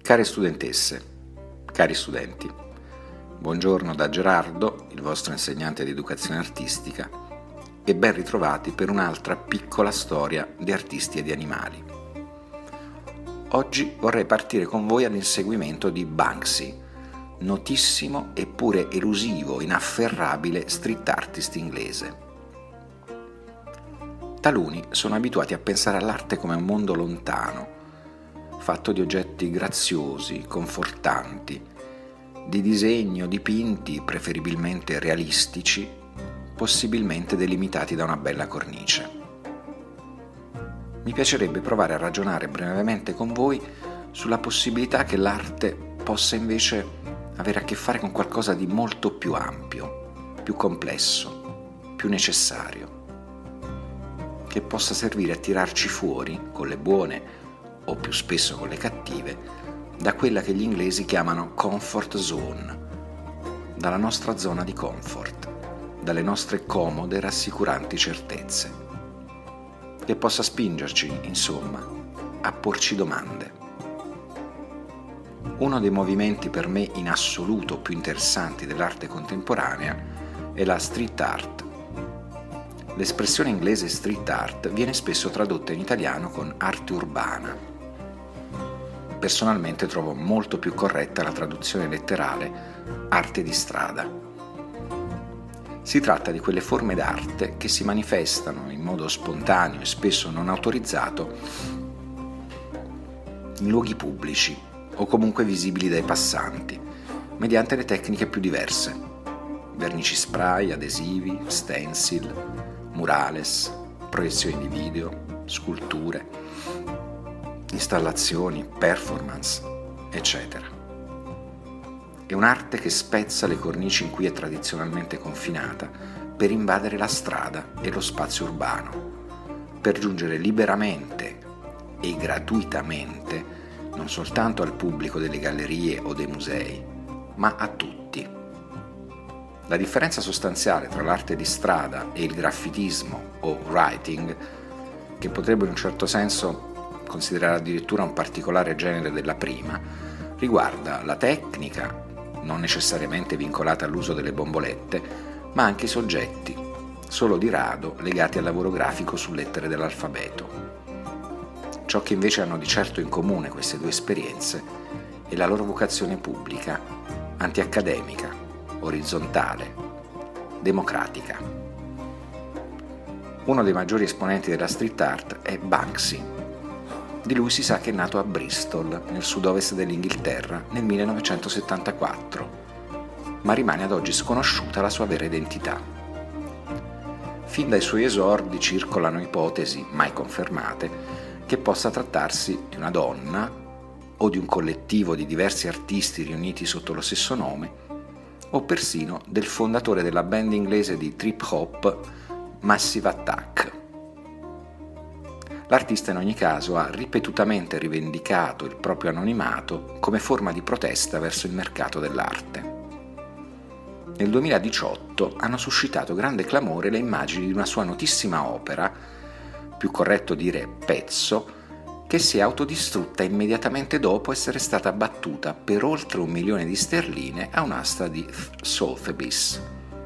Care studentesse, cari studenti, buongiorno da Gerardo, il vostro insegnante di educazione artistica, e ben ritrovati per un'altra piccola storia di artisti e di animali. Oggi vorrei partire con voi all'inseguimento di Banksy, notissimo eppure elusivo, inafferrabile street artist inglese. Taluni sono abituati a pensare all'arte come un mondo lontano, fatto di oggetti graziosi, confortanti, di disegni o dipinti preferibilmente realistici, possibilmente delimitati da una bella cornice. Mi piacerebbe provare a ragionare brevemente con voi sulla possibilità che l'arte possa invece avere a che fare con qualcosa di molto più ampio, più complesso, più necessario, che possa servire a tirarci fuori con le buone o più spesso con le cattive, da quella che gli inglesi chiamano comfort zone, dalla nostra zona di comfort, dalle nostre comode e rassicuranti certezze, che possa spingerci, insomma, a porci domande. Uno dei movimenti per me in assoluto più interessanti dell'arte contemporanea è la street art. L'espressione inglese street art viene spesso tradotta in italiano con arte urbana. Personalmente trovo molto più corretta la traduzione letterale arte di strada. Si tratta di quelle forme d'arte che si manifestano in modo spontaneo e spesso non autorizzato in luoghi pubblici o comunque visibili dai passanti, mediante le tecniche più diverse: vernici spray, adesivi, stencil, murales, proiezioni di video, sculture, installazioni, performance, eccetera. È un'arte che spezza le cornici in cui è tradizionalmente confinata per invadere la strada e lo spazio urbano, per giungere liberamente e gratuitamente non soltanto al pubblico delle gallerie o dei musei, ma a tutti. La differenza sostanziale tra l'arte di strada e il graffitismo o writing, che potrebbe in un certo senso considerare addirittura un particolare genere della prima, riguarda la tecnica, non necessariamente vincolata all'uso delle bombolette, ma anche i soggetti, solo di rado legati al lavoro grafico su lettere dell'alfabeto. Ciò che invece hanno di certo in comune queste due esperienze è la loro vocazione pubblica, antiaccademica, orizzontale, democratica. Uno dei maggiori esponenti della street art è Banksy. Di lui si sa che è nato a Bristol, nel sud-ovest dell'Inghilterra, nel 1974, ma rimane ad oggi sconosciuta la sua vera identità. Fin dai suoi esordi circolano ipotesi, mai confermate, che possa trattarsi di una donna o di un collettivo di diversi artisti riuniti sotto lo stesso nome, o persino del fondatore della band inglese di trip hop Massive Attack. L'artista in ogni caso ha ripetutamente rivendicato il proprio anonimato come forma di protesta verso il mercato dell'arte. Nel 2018 hanno suscitato grande clamore le immagini di una sua notissima opera, più corretto dire pezzo, che si è autodistrutta immediatamente dopo essere stata battuta per oltre 1 milione di sterline a un'asta di Sotheby's.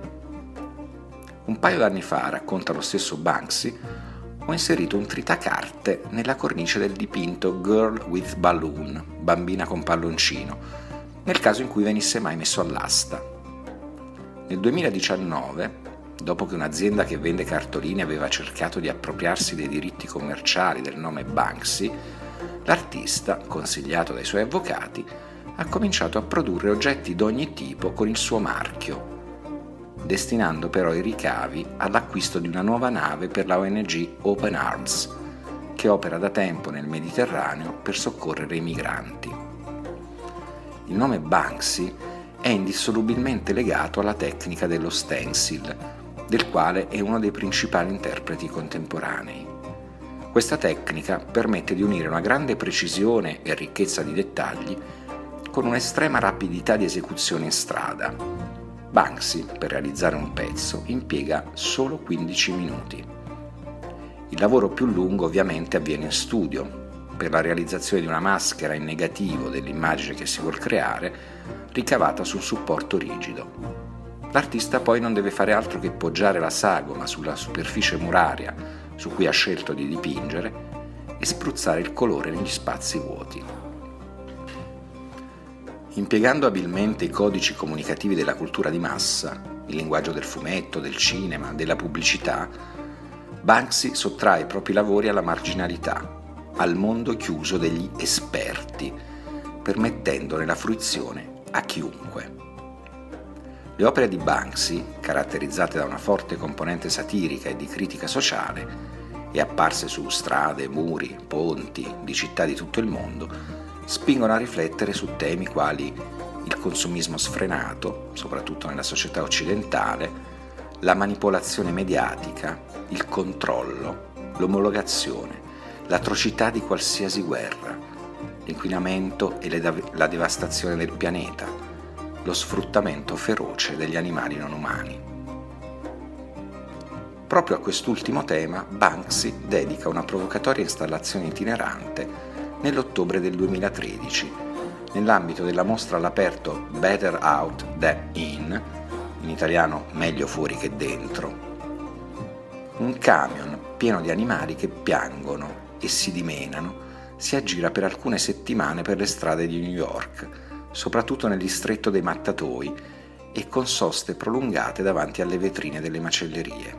Un paio d'anni fa, racconta lo stesso Banksy, ho inserito un tritacarte nella cornice del dipinto Girl with Balloon, bambina con palloncino, nel caso in cui venisse mai messo all'asta. Nel 2019, dopo che un'azienda che vende cartoline aveva cercato di appropriarsi dei diritti commerciali del nome Banksy, l'artista, consigliato dai suoi avvocati, ha cominciato a produrre oggetti d'ogni tipo con il suo marchio, destinando però i ricavi all'acquisto di una nuova nave per la ONG Open Arms, che opera da tempo nel Mediterraneo per soccorrere i migranti. Il nome Banksy è indissolubilmente legato alla tecnica dello stencil, del quale è uno dei principali interpreti contemporanei. Questa tecnica permette di unire una grande precisione e ricchezza di dettagli con un'estrema rapidità di esecuzione in strada. Banksy, per realizzare un pezzo, impiega solo 15 minuti. Il lavoro più lungo ovviamente avviene in studio, per la realizzazione di una maschera in negativo dell'immagine che si vuol creare, ricavata su un supporto rigido. L'artista poi non deve fare altro che poggiare la sagoma sulla superficie muraria su cui ha scelto di dipingere e spruzzare il colore negli spazi vuoti. Impiegando abilmente i codici comunicativi della cultura di massa, il linguaggio del fumetto, del cinema, della pubblicità, Banksy sottrae i propri lavori alla marginalità, al mondo chiuso degli esperti, permettendone la fruizione a chiunque. Le opere di Banksy, caratterizzate da una forte componente satirica e di critica sociale, e apparse su strade, muri, ponti di città di tutto il mondo, spingono a riflettere su temi quali il consumismo sfrenato, soprattutto nella società occidentale, la manipolazione mediatica, il controllo, l'omologazione, l'atrocità di qualsiasi guerra, l'inquinamento e la devastazione del pianeta, lo sfruttamento feroce degli animali non umani. Proprio a quest'ultimo tema Banksy dedica una provocatoria installazione itinerante nell'ottobre del 2013, nell'ambito della mostra all'aperto Better Out Than In, in italiano Meglio fuori che dentro. Un camion pieno di animali che piangono e si dimenano si aggira per alcune settimane per le strade di New York, soprattutto nel distretto dei mattatoi, e con soste prolungate davanti alle vetrine delle macellerie.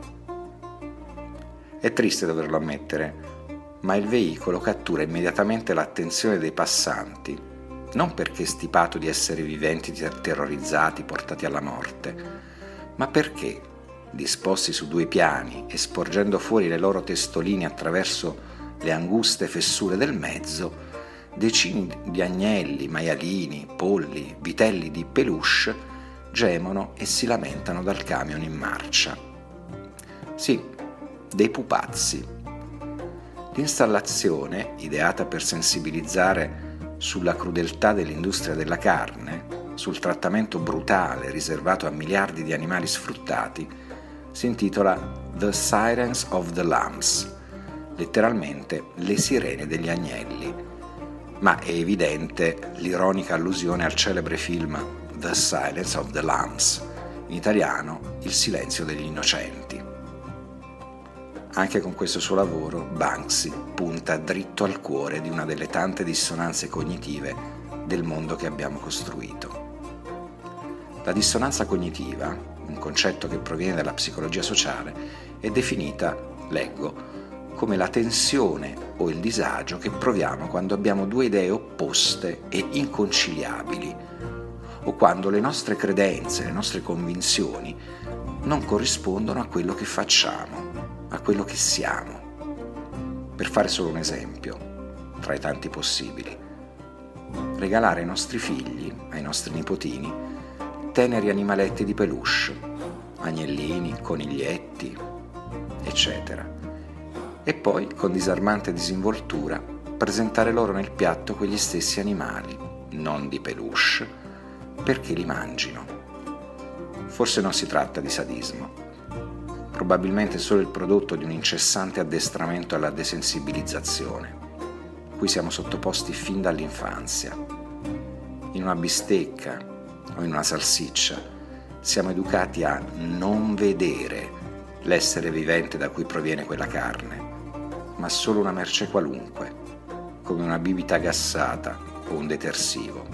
È triste doverlo ammettere, ma il veicolo cattura immediatamente l'attenzione dei passanti, non perché stipato di essere viventi terrorizzati, portati alla morte, ma perché, disposti su due piani e sporgendo fuori le loro testoline attraverso le anguste fessure del mezzo, decine di agnelli, maialini, polli, vitelli di peluche gemono e si lamentano dal camion in marcia. Sì, dei pupazzi. L'installazione, ideata per sensibilizzare sulla crudeltà dell'industria della carne, sul trattamento brutale riservato a miliardi di animali sfruttati, si intitola The Sirens of the Lambs, letteralmente le sirene degli agnelli, ma è evidente l'ironica allusione al celebre film The Silence of the Lambs, in italiano Il silenzio degli innocenti. Anche con questo suo lavoro Banksy punta dritto al cuore di una delle tante dissonanze cognitive del mondo che abbiamo costruito. La dissonanza cognitiva, un concetto che proviene dalla psicologia sociale, è definita, leggo, come la tensione o il disagio che proviamo quando abbiamo due idee opposte e inconciliabili, o quando le nostre credenze, le nostre convinzioni non corrispondono a quello che facciamo, a quello che siamo. Per fare solo un esempio, tra i tanti possibili, regalare ai nostri figli, ai nostri nipotini, teneri animaletti di peluche, agnellini, coniglietti, eccetera. E poi, con disarmante disinvoltura, presentare loro nel piatto quegli stessi animali, non di peluche, perché li mangino. Forse non si tratta di sadismo. Probabilmente è solo il prodotto di un incessante addestramento alla desensibilizzazione, cui siamo sottoposti fin dall'infanzia. In una bistecca o in una salsiccia siamo educati a non vedere l'essere vivente da cui proviene quella carne, ma solo una merce qualunque, come una bibita gassata o un detersivo.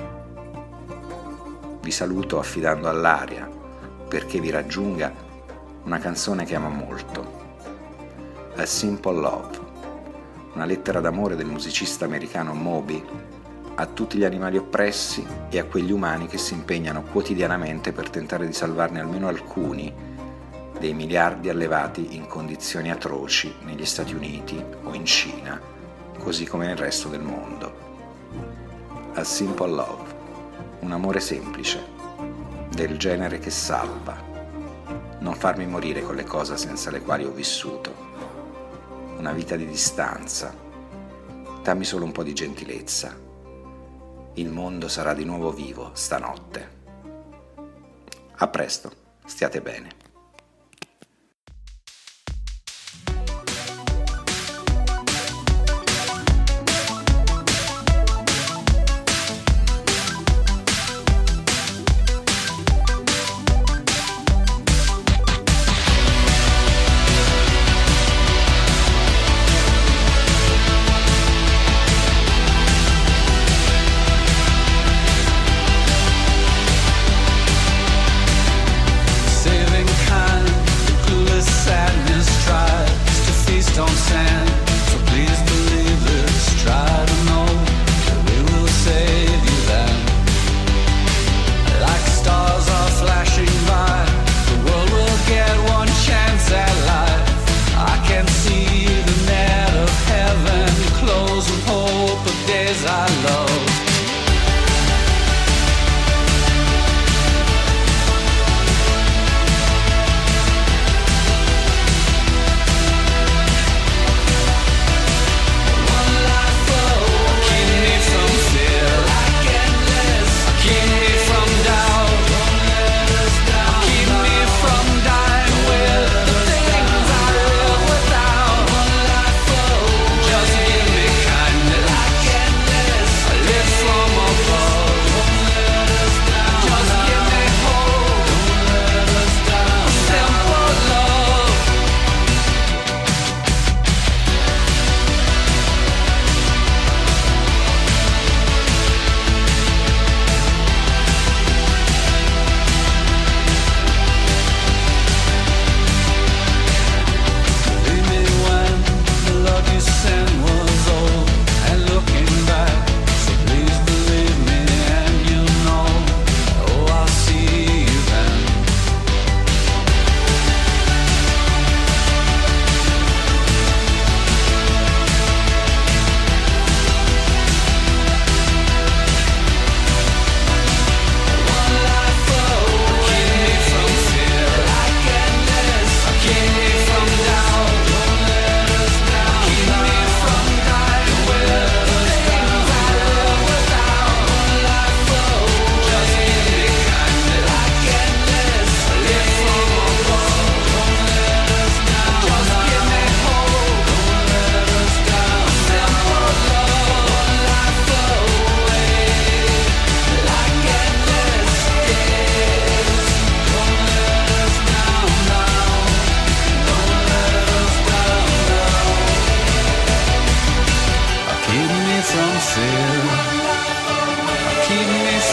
Vi saluto affidando all'aria, perché vi raggiunga, una canzone che amo molto, A Simple Love, una lettera d'amore del musicista americano Moby a tutti gli animali oppressi e a quegli umani che si impegnano quotidianamente per tentare di salvarne almeno alcuni dei miliardi allevati in condizioni atroci negli Stati Uniti o in Cina, così come nel resto del mondo. A Simple Love, un amore semplice, del genere che salva. Non farmi morire con le cose senza le quali ho vissuto. Una vita di distanza. Dammi solo un po' di gentilezza. Il mondo sarà di nuovo vivo stanotte. A presto, stiate bene.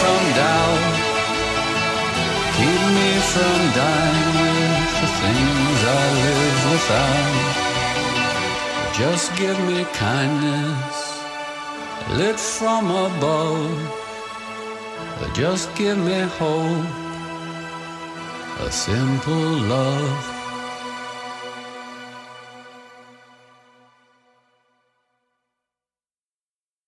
from doubt. Keep me from dying with the things I live without. Just give me kindness lit from above. Just give me hope, a simple love.